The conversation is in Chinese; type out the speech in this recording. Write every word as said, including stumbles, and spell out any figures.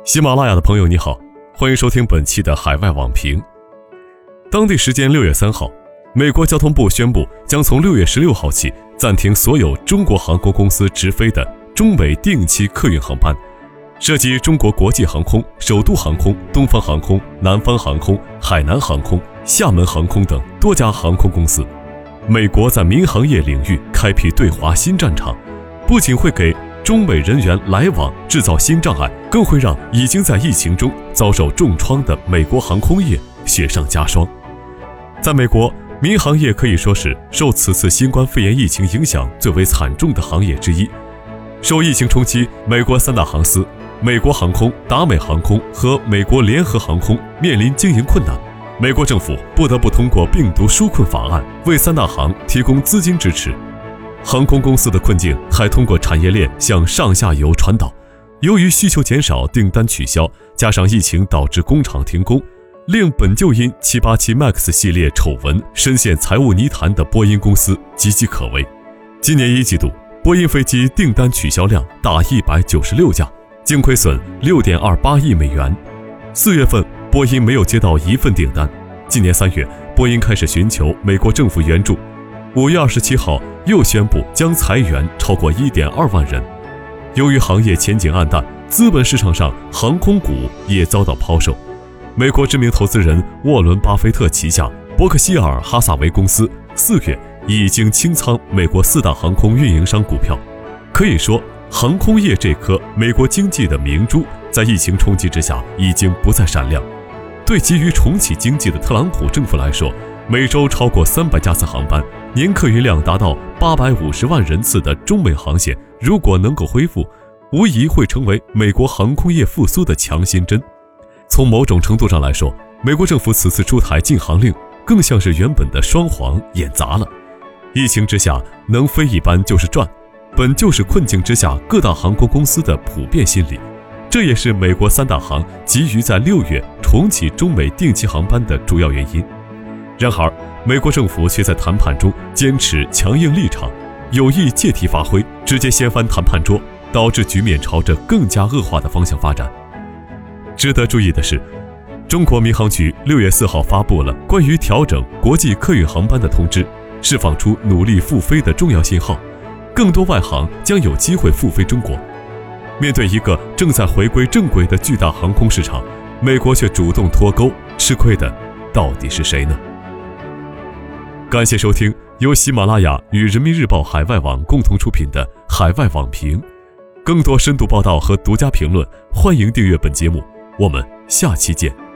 喜马拉雅的朋友你好，欢迎收听本期的海外网评。当地时间六月三号，美国交通部宣布将从六月十六号起暂停所有中国航空公司直飞的中美定期客运航班，涉及中国国际航空、首都航空、东方航空、南方航空、海南航空、厦门航空等多家航空公司。美国在民航业领域开辟对华新战场，不仅会给中美人员来往制造新障碍，更会让已经在疫情中遭受重创的美国航空业雪上加霜。在美国，民航业可以说是受此次新冠肺炎疫情影响最为惨重的行业之一。受疫情冲击，美国三大航司美国航空、达美航空和美国联合航空面临经营困难，美国政府不得不通过病毒纾困法案为三大航提供资金支持。航空公司的困境还通过产业链向上下游传导，由于需求减少，订单取消，加上疫情导致工厂停工，令本就因七八七 MAX 系列丑闻深陷财务泥潭的波音公司岌岌可危。今年一季度，波音飞机订单取消量达一百九十六架，净亏损 六点二八亿美元。四月份，波音没有接到一份订单。今年三月，波音开始寻求美国政府援助。五月二十七号，又宣布将裁员超过 一点二万人。由于行业前景暗淡，资本市场上航空股也遭到抛售。美国知名投资人沃伦·巴菲特旗下伯克希尔哈撒韦公司四月已经清仓美国四大航空运营商股票。可以说，航空业这颗美国经济的明珠在疫情冲击之下已经不再闪亮。对急于重启经济的特朗普政府来说，每周超过三百架次航班，年客运量达到八百五十万人次的中美航线如果能够恢复，无疑会成为美国航空业复苏的强心针。从某种程度上来说，美国政府此次出台禁航令更像是原本的双簧演砸了。疫情之下能飞一班就是赚，本就是困境之下各大航空公司的普遍心理，这也是美国三大航急于在六月重启中美定期航班的主要原因。然而，美国政府却在谈判中坚持强硬立场，有意借题发挥，直接掀翻谈判桌，导致局面朝着更加恶化的方向发展。值得注意的是，中国民航局六月四号发布了关于调整国际客运航班的通知，释放出努力复飞的重要信号，更多外航将有机会复飞中国。面对一个正在回归正轨的巨大航空市场，美国却主动脱钩，吃亏的到底是谁呢？感谢收听由喜马拉雅与人民日报海外网共同出品的海外网评。更多深度报道和独家评论，欢迎订阅本节目。我们下期见。